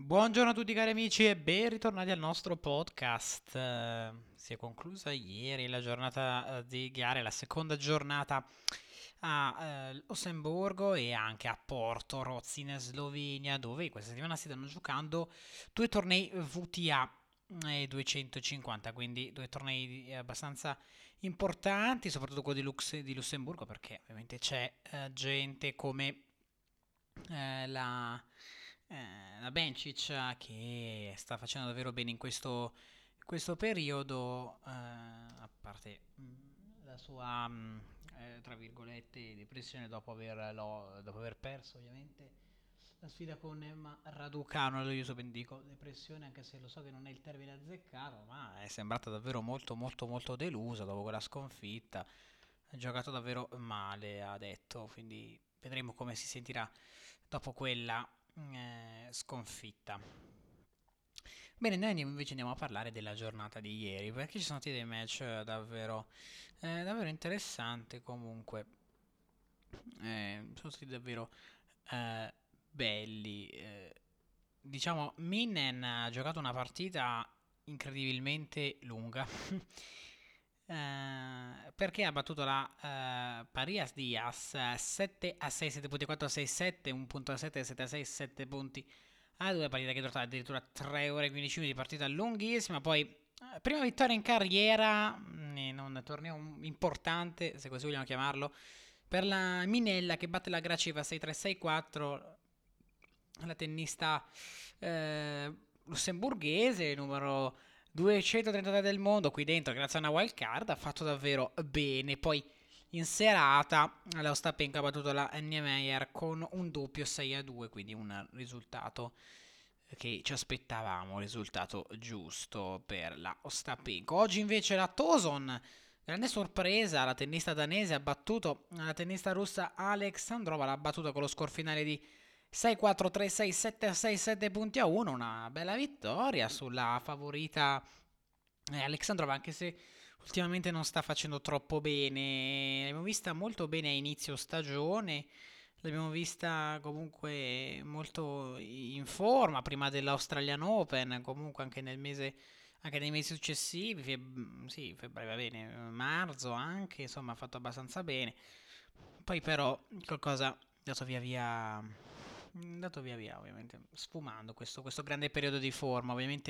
Buongiorno a tutti cari amici e ben ritornati al nostro podcast. Si è conclusa ieri la giornata di gare, la seconda giornata a Lussemburgo e anche a Portoroz in Slovenia, dove questa settimana si stanno giocando due tornei VTA 250, quindi due tornei abbastanza importanti, soprattutto quello di Lussemburgo, perché ovviamente c'è gente come la Bencic che sta facendo davvero bene in questo periodo, a parte la sua, tra virgolette, depressione dopo aver perso ovviamente la sfida con Emma Raducanu allo US Open. Dico depressione anche se lo so che non è il termine azzeccato, ma è sembrata davvero molto molto molto delusa dopo quella sconfitta. Ha giocato davvero male, ha detto, quindi vedremo come si sentirà dopo quella sconfitta. Bene, noi invece andiamo a parlare della giornata di ieri, perché ci sono stati dei match davvero interessanti comunque. Sono stati davvero eh, belli. Diciamo, Minen ha giocato una partita incredibilmente lunga. Perché ha battuto la Parias Diaz 7 a 6, 7 punti 4 a 6, 7, 1.7, 7 a 6, 7 punti a 2, partita che è durata addirittura 3 ore e 15 minuti di partita lunghissima. Poi prima vittoria in carriera in un torneo importante, se così vogliamo chiamarlo, per la Minella che batte la Graceva 6-3-6-4, la tennista lussemburghese, numero 233 del mondo qui dentro, grazie a una wild card, ha fatto davvero bene. Poi in serata la Ostapenko ha battuto la Niemeyer con un doppio 6-2, quindi un risultato che ci aspettavamo, un risultato giusto per la Ostapenko. Oggi invece la Toson, grande sorpresa, la tennista danese ha battuto la tennista russa Alexandrova, l'ha battuta con lo score finale di 6-4, 3-6, 7-6, 7 punti a 1, una bella vittoria sulla favorita Alexandrova, anche se ultimamente non sta facendo troppo bene. L'abbiamo vista molto bene a inizio stagione, l'abbiamo vista comunque molto in forma prima dell'Australian Open, comunque anche nei mesi successivi, sì, febbraio va bene, marzo anche, insomma ha fatto abbastanza bene. Poi però qualcosa è dato via ovviamente, sfumando questo grande periodo di forma, ovviamente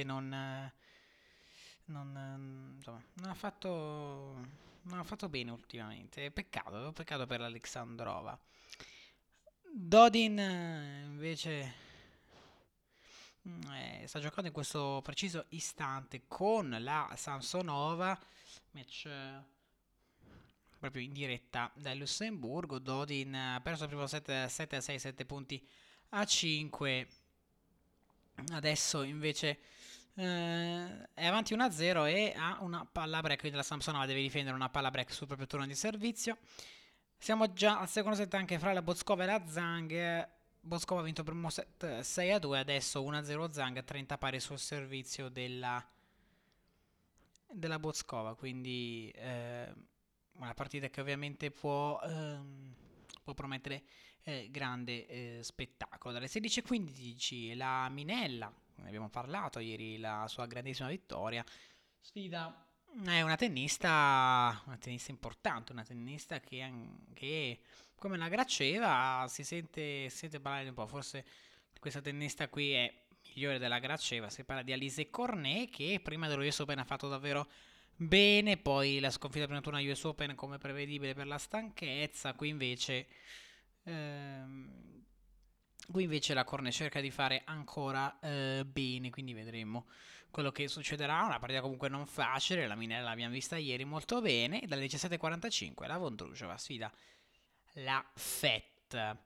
insomma, non ha fatto bene ultimamente, peccato per l'Alexandrova. Dodin invece sta giocando in questo preciso istante con la Samsonova, match proprio in diretta dal Lussemburgo. Dodin ha perso il primo set 7 a 6, 7 punti a 5. Adesso invece è avanti 1-0 e ha una palla break, quindi la Samsonova deve difendere una palla break sul proprio turno di servizio. Siamo già al secondo set anche fra la Bozkova e la Zhang. Bozkova ha vinto il primo set 6-2, adesso 1-0 Zhang, 30 pari sul servizio della Bozkova, quindi una partita che ovviamente può promettere grande spettacolo. Dalle 16:15 la Minella, ne abbiamo parlato ieri, la sua grandissima vittoria, sfida è una tennista importante, una tennista che come la Graceva si sente parlare un po', forse questa tennista qui è migliore della Graceva, si parla di Alice Cornet che prima dello US Open ha fatto davvero bene, poi la sconfitta prima turno a US Open come prevedibile per la stanchezza, ehm, qui invece la Cornet cerca di fare ancora bene, quindi vedremo quello che succederà. Una partita comunque non facile, la Minella l'abbiamo vista ieri molto bene. Dalle 17:45 la Vondrousova sfida la FET.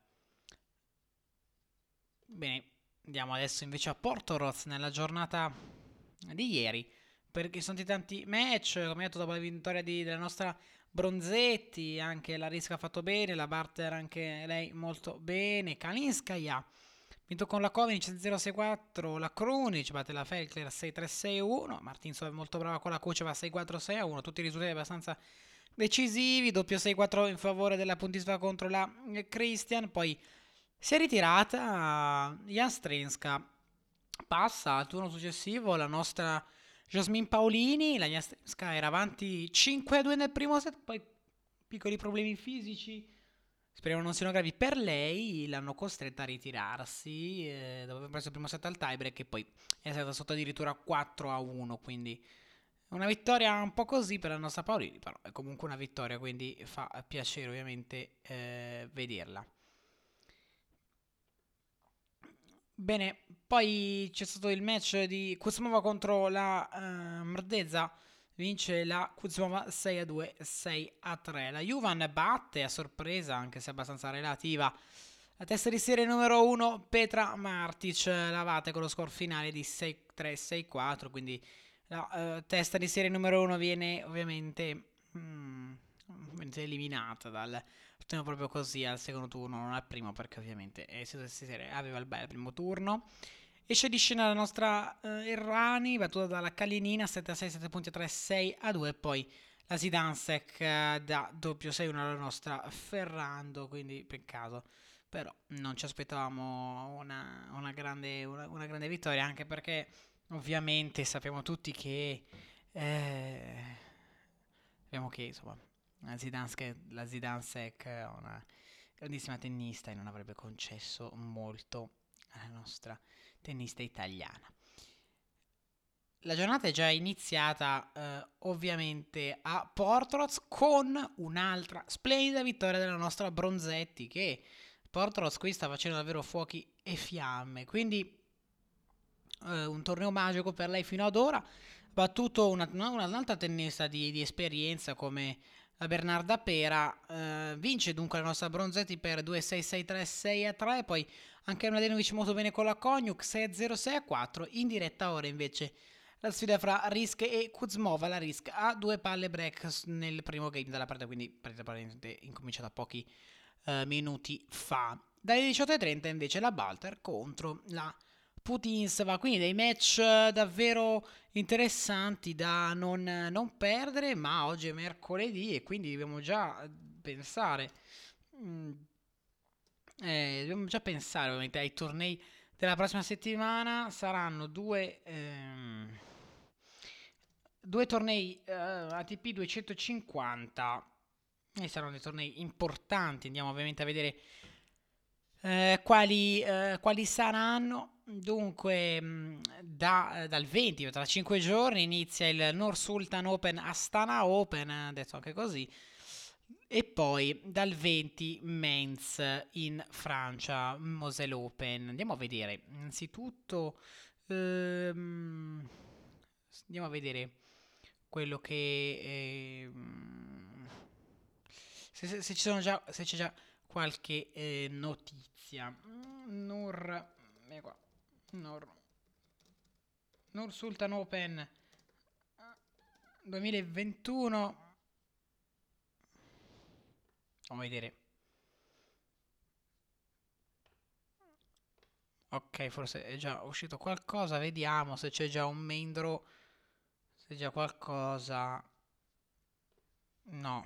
Bene, andiamo adesso invece a Portoroz nella giornata di ieri, perché sono stati tanti match, come detto dopo la vittoria della nostra Bronzetti, anche la Risca ha fatto bene, la Barter anche lei molto bene, Kalinskaya vinto con la Kovinic 0-6-4, la Krunic batte la Felkler 6-3-6-1, Martinsov è molto brava con la Kuceva 6-4, 6-1, tutti i risultati abbastanza decisivi, doppio 6-4 in favore della Puntisva contro la Christian, poi si è ritirata Jan Strenska Passa al turno successivo la nostra Jasmine Paolini. La Jastremska era avanti 5-2 nel primo set, poi piccoli problemi fisici, speriamo non siano gravi per lei, l'hanno costretta a ritirarsi dopo aver preso il primo set al tiebreak e poi è stata sotto addirittura 4-1, quindi una vittoria un po' così per la nostra Paolini, però è comunque una vittoria, quindi fa piacere ovviamente vederla. Bene, poi c'è stato il match di Kuzmova contro la Mrdeza. Vince la Kuzmova 6-2, 6-3. La Juvan batte a sorpresa, anche se abbastanza relativa, la testa di serie numero 1 Petra Martic. La batte con lo score finale di 6-3, 6-4. Quindi la testa di serie numero 1 viene ovviamente eliminata dal torneo proprio così al secondo turno, non al primo, perché ovviamente aveva il bel primo turno. Esce di scena la nostra Errani, battuta dalla Kalinina 7-6, 7.3, 6-2. Poi la Zidansek da doppio 6-1 alla nostra Ferrando, quindi peccato. Però non ci aspettavamo una grande vittoria, anche perché ovviamente sappiamo tutti che sappiamo che insomma la Zidansek è una grandissima tennista e non avrebbe concesso molto alla nostra tennista italiana. La giornata è già iniziata ovviamente a Portoroz con un'altra splendida vittoria della nostra Bronzetti, che Portoroz qui sta facendo davvero fuochi e fiamme, quindi un torneo magico per lei fino ad ora. Battuto un'altra tennista di esperienza come la Bernarda Pera. Vince dunque la nostra Bronzetti per 2-6-6-3, 6-3. Poi anche Mladenovic molto bene con la Koniuk 6-0, 6-4. In diretta ora invece la sfida fra Risk e Kuzmova. La Risk ha 2 palle break nel primo game della partita, quindi praticamente incominciata pochi minuti fa. Dalle 18:30 invece la Balter contro la Putinseva, quindi dei match davvero interessanti da non perdere, ma oggi è mercoledì e quindi dobbiamo già pensare, mm, ovviamente ai tornei della prossima settimana. Saranno due tornei ATP 250 e saranno dei tornei importanti. Andiamo ovviamente a vedere quali saranno. Dunque, dal 20, tra 5 giorni, inizia il Nur Sultan Open Astana Open, detto anche così, e poi dal 20 Mainz in Francia, Moselle Open. Andiamo a vedere, innanzitutto, andiamo a vedere quello che... se ci sono già, se c'è già qualche notizia. Qua. Nur, Nur Sultan Open 2021. Vamos a vedere. Ok, forse è già uscito qualcosa. Vediamo se c'è già un main draw. Se c'è già qualcosa. No.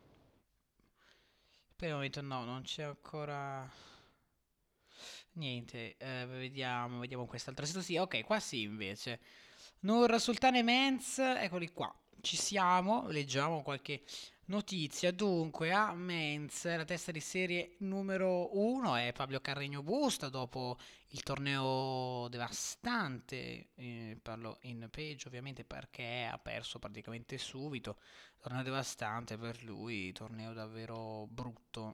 Per il momento no, non c'è ancora niente. Vediamo quest'altro sito. Sì, ok, qua sì invece. Nur Sultan e Menz, eccoli qua. Ci siamo, leggiamo qualche notizia. Dunque, a Menz, la testa di serie numero 1 è Fabio Carreño Busta dopo il torneo devastante. Parlo in peggio ovviamente perché ha perso praticamente subito. Torneo devastante per lui, torneo davvero brutto.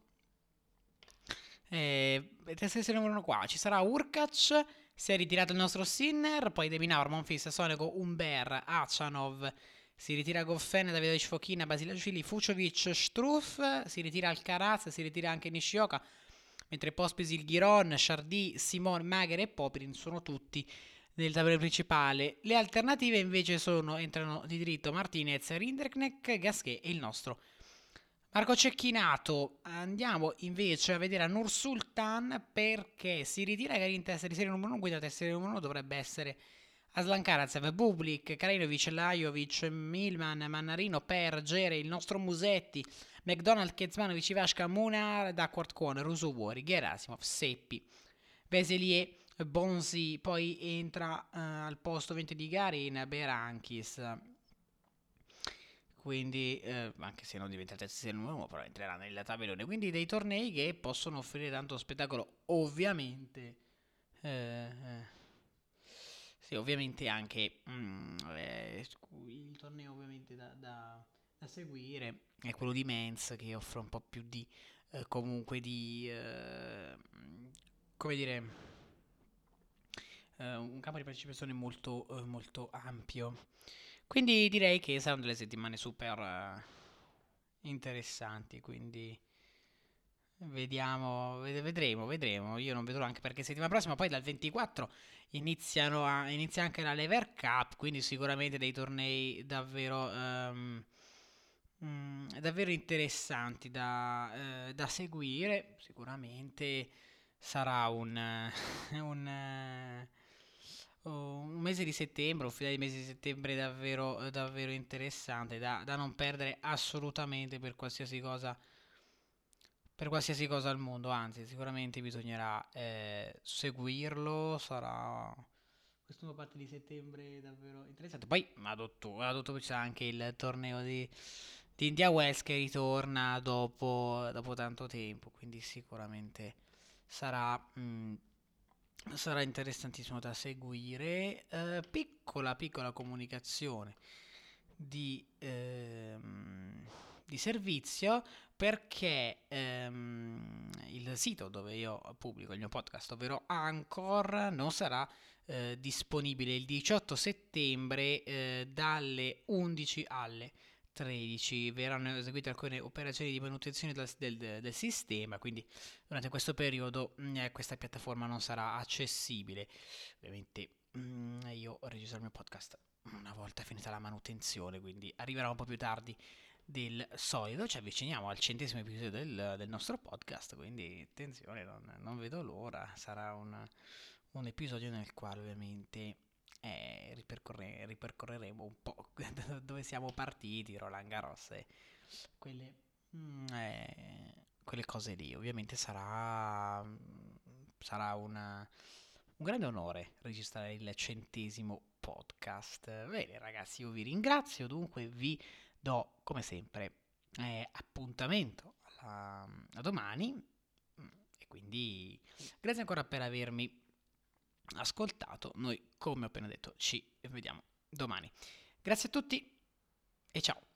Testa di serie numero 1 qua. Ci sarà Urkac. Si è ritirato il nostro Sinner. Poi Deminaur, Monfils, Sonego, Umber, Achanov. Si ritira Goffene, Davidovic, Fokina, Basilashvili, Fuciovic, Struff. Si ritira Alcaraz. Si ritira anche Nishioka. Mentre Pospisil, Giron, Chardy, Simon, Magher e Poprin sono tutti nel tabellone principale. Le alternative invece entrano di diritto Martinez, Rinderknecht, Gasquet e il nostro Marco Cecchinato. Andiamo invece a vedere a Nur Sultan perché si ritira Garin, testa di serie numero 1, guida testa di serie numero 1 dovrebbe essere Aslan Karatsev, Bublik, Karinovic, Lajovic, Milman, Mannarino, Per, Gere, il nostro Musetti, McDonald, Kezmanovic, Ivashka, Munar, Duckworth, Kwon, Rusuwori, Gerasimov, Seppi, Veselier, Bonsi poi entra al posto 20 di Garin Berankis. Quindi, anche se non diventa il terzo uomo, però entrerà nel tabellone. Quindi dei tornei che possono offrire tanto spettacolo. Ovviamente, sì, ovviamente anche il torneo ovviamente da seguire è quello di Men's, che offre un po' più di comunque di come dire un campo di partecipazione molto ampio. Quindi direi che saranno delle settimane super interessanti, quindi vedremo. Io non vedo anche perché settimana prossima, poi dal 24 inizia anche la Lever Cup, quindi sicuramente dei tornei davvero, davvero interessanti da seguire. Sicuramente sarà un mese di settembre, un finale di mese di settembre davvero interessante da non perdere assolutamente per qualsiasi cosa al mondo. Anzi, sicuramente bisognerà seguirlo. Sarà quest'ultima parte di settembre davvero interessante. Poi, ad ottobre c'è anche il torneo di India Wells che ritorna dopo tanto tempo. Quindi, sicuramente sarà interessantissimo da seguire. Piccola comunicazione di servizio perché il sito dove io pubblico il mio podcast, ovvero Anchor, non sarà disponibile il 18 settembre dalle 11 alle 13. Verranno eseguite alcune operazioni di manutenzione del sistema, quindi durante questo periodo questa piattaforma non sarà accessibile. Ovviamente io registrerò il mio podcast una volta finita la manutenzione, quindi arriverà un po' più tardi del solito. Ci avviciniamo al 100° episodio del nostro podcast, quindi attenzione, non vedo l'ora. Sarà un episodio nel quale ovviamente ripercorreremo un po' da dove siamo partiti, Roland Garros e quelle, quelle cose lì. Ovviamente sarà un grande onore registrare il 100° podcast. Bene ragazzi, io vi ringrazio, dunque vi do come sempre appuntamento a domani. E quindi grazie ancora per avermi ascoltato. Noi, come ho appena detto, ci vediamo domani. Grazie a tutti e ciao.